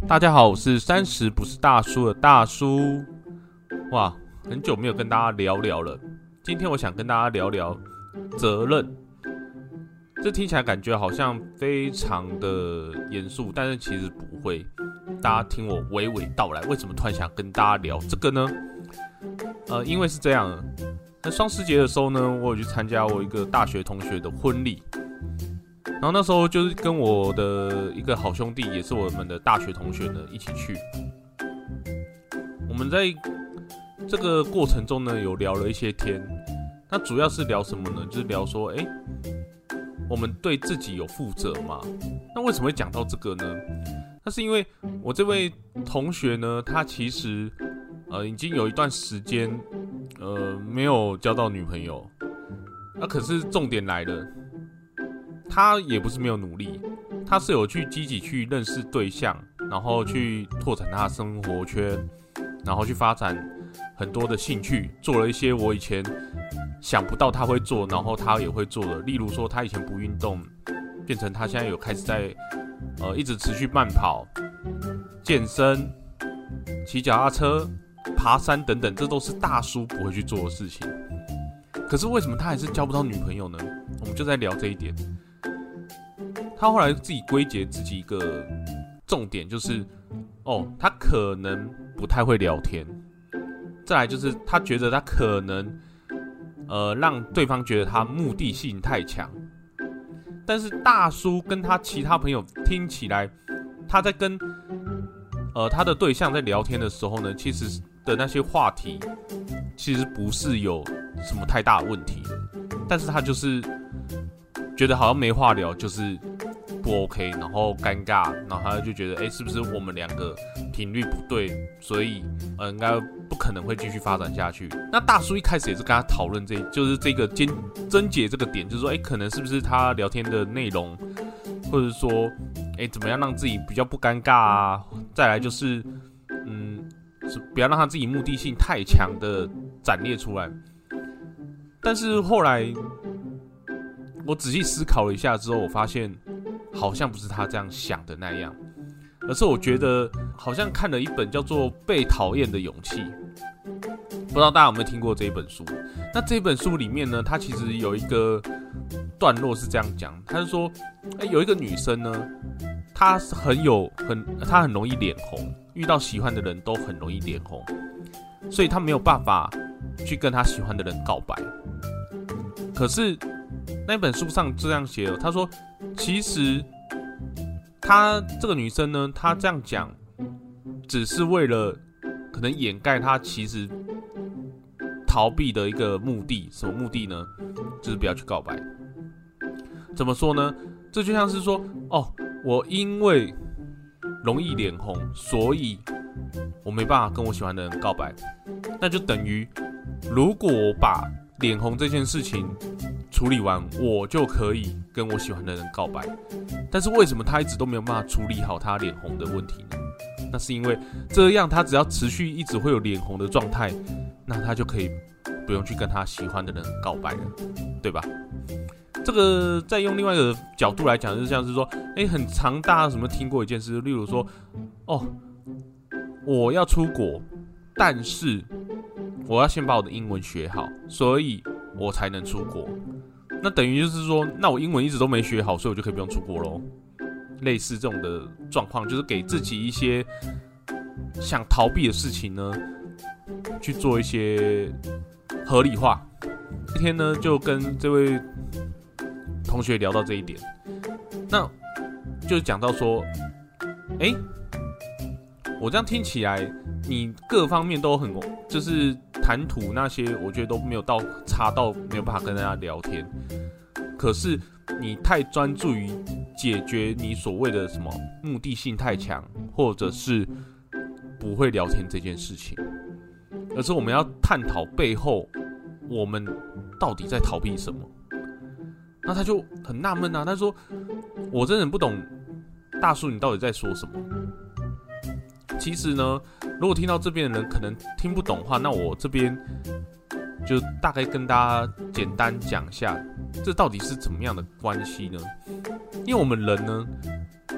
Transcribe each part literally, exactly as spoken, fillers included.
大家好，我是三十不是大叔的大叔。哇，很久没有跟大家聊聊了。今天我想跟大家聊聊责任。这听起来感觉好像非常的严肃，但是其实不会。大家听我娓娓道来，为什么突然想跟大家聊这个呢？呃，因为是这样的，在双十节的时候呢，我有去参加我一个大学同学的婚礼。然后那时候就是跟我的一个好兄弟，也是我们的大学同学呢一起去。我们在这个过程中呢，有聊了一些天。那主要是聊什么呢？就是聊说，哎，我们对自己有负责吗？那为什么会讲到这个呢？那是因为我这位同学呢，他其实呃已经有一段时间呃没有交到女朋友。那可是重点来了。他也不是没有努力，他是有去积极去认识对象，然后去拓展他的生活圈，然后去发展很多的兴趣，做了一些我以前想不到他会做，然后他也会做的。例如说，他以前不运动，变成他现在有开始在呃一直持续慢跑、健身、骑脚踏车、爬山等等，这都是大叔不会去做的事情。可是为什么他还是交不到女朋友呢？我们就在聊这一点。他后来自己归结自己一个重点，就是哦，他可能不太会聊天。再来就是他觉得他可能呃让对方觉得他目的性太强。但是大叔跟他其他朋友听起来，他在跟呃他的对象在聊天的时候呢，其实的那些话题其实不是有什么太大的问题的，但是他就是觉得好像没话聊，就是不 OK， 然后尴尬，然后他就觉得，哎，是不是我们两个频率不对，所以呃，应该不可能会继续发展下去。那大叔一开始也是跟他讨论这，就是这个尖症结这个点，就是说，哎，可能是不是他聊天的内容，或者说，哎，怎么样让自己比较不尴尬啊？再来就是，嗯，不要让他自己目的性太强的展列出来。但是后来我仔细思考了一下之后，我发现好像不是他这样想的那样，而是我觉得好像看了一本叫做《被讨厌的勇气》，不知道大家有没有听过这一本书？那这本书里面呢，它其实有一个段落是这样讲，他是说，欸，有一个女生呢，她很有很她很容易脸红，遇到喜欢的人都很容易脸红，所以她没有办法去跟她喜欢的人告白。可是那本书上这样写了，他说，其实她这个女生呢，她这样讲，只是为了可能掩盖她其实逃避的一个目的。什么目的呢？就是不要去告白。怎么说呢？这就像是说，哦，我因为容易脸红，所以我没办法跟我喜欢的人告白。那就等于，如果我把脸红这件事情处理完，我就可以跟我喜欢的人告白。但是为什么他一直都没有办法处理好他脸红的问题呢？那是因为这样，他只要持续一直会有脸红的状态，那他就可以不用去跟他喜欢的人告白了，对吧？这个再用另外一个角度来讲，就是像是说，哎，很常大家什么听过一件事，例如说，哦，我要出国，但是我要先把我的英文学好，所以我才能出国。那等于就是说，那我英文一直都没学好，所以我就可以不用出国咯。类似这种的状况，就是给自己一些想逃避的事情呢，去做一些合理化。一天呢，就跟这位同学聊到这一点，那就讲到说，哎，我这样听起来，你各方面都很，就是谈吐那些，我觉得都没有到差到没有办法跟大家聊天。可是你太专注于解决你所谓的什么目的性太强，或者是不会聊天这件事情，而是我们要探讨背后我们到底在逃避什么。那他就很纳闷啊，他说：“我真的很不懂，大叔你到底在说什么？”其实呢，如果听到这边的人可能听不懂的话，那我这边就大概跟大家简单讲一下，这到底是怎么样的关系呢？因为我们人呢，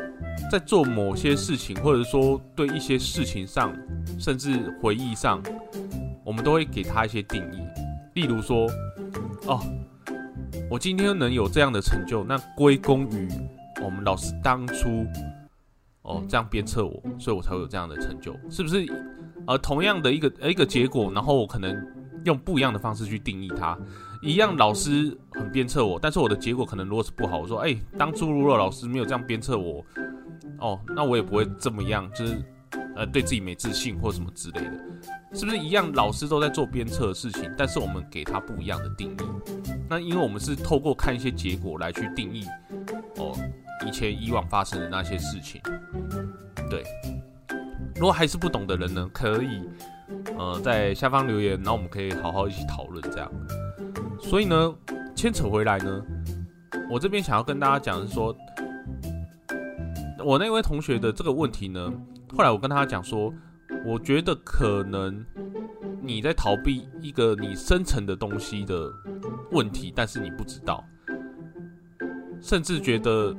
在做某些事情，或者说对一些事情上，甚至回忆上，我们都会给他一些定义。例如说，哦，我今天能有这样的成就，那归功于我们老师当初哦这样鞭策我，所以我才会有这样的成就，是不是？呃，同样的一个一个结果，然后我可能用不一样的方式去定义它。一样老师很鞭策我，但是我的结果可能如果是不好，我说，哎、欸，当初如果老师没有这样鞭策我，哦，那我也不会这么样，就是呃对自己没自信或什么之类的，是不是一样？老师都在做鞭策的事情，但是我们给他不一样的定义。那因为我们是透过看一些结果来去定义，哦，以前以往发生的那些事情。对，如果还是不懂的人呢，可以呃在下方留言，然后我们可以好好一起讨论这样。所以呢，牵扯回来呢，我这边想要跟大家讲的是说，我那位同学的这个问题呢，后来我跟他讲说，我觉得可能你在逃避一个你深层的东西的问题，但是你不知道，甚至觉得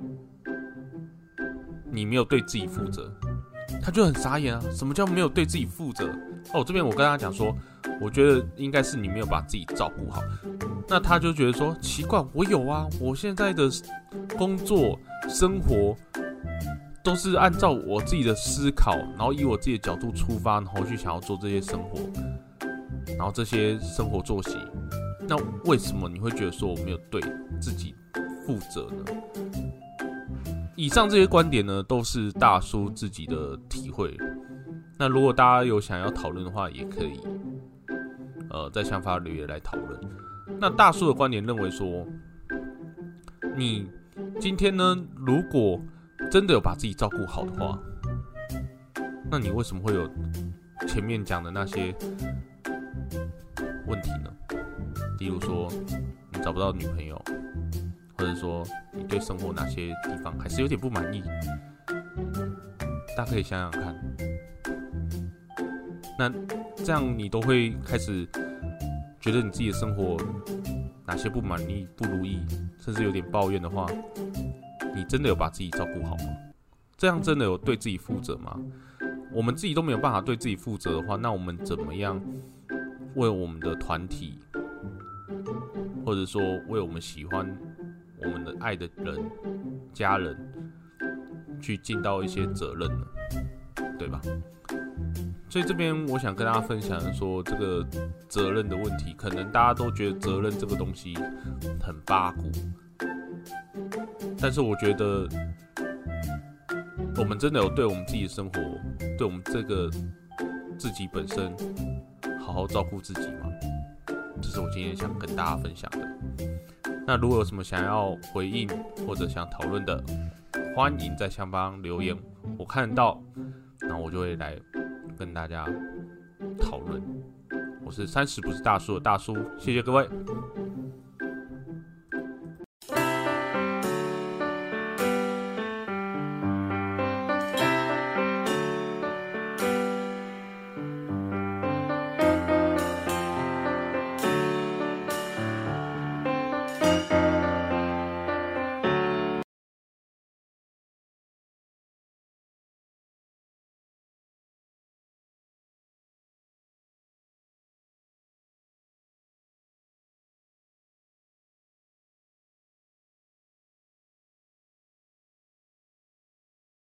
你没有对自己负责。他就很傻眼啊，什么叫没有对自己负责？哦，这边我跟他讲说，我觉得应该是你没有把自己照顾好。那他就觉得说，奇怪，我有啊，我现在的工作生活都是按照我自己的思考，然后以我自己的角度出发，然后去想要做这些生活，然后这些生活作息。那为什么你会觉得说我没有对自己负责呢？以上这些观点呢，都是大叔自己的体会。那如果大家有想要讨论的话，也可以呃在下方留言来讨论。那大叔的观点认为说，你今天呢，如果真的有把自己照顾好的话，那你为什么会有前面讲的那些问题呢？例如说，你找不到女朋友，或者说你对生活哪些地方还是有点不满意，大家可以想想看。那这样你都会开始觉得你自己的生活哪些不满意、不如意，甚至有点抱怨的话，你真的有把自己照顾好吗？这样真的有对自己负责吗？我们自己都没有办法对自己负责的话，那我们怎么样为我们的团体，或者说为我们喜欢我们的爱的人、家人，去尽到一些责任呢？对吧？所以这边我想跟大家分享的说，这个责任的问题，可能大家都觉得责任这个东西很八股，但是我觉得我们真的有对我们自己的生活，对我们这个自己本身好好照顾自己吗？这是我今天想跟大家分享的。那如果有什么想要回应或者想讨论的，欢迎在下方留言，我看得到，然后我就会来跟大家讨论。我是三十不是大叔的大叔，谢谢各位。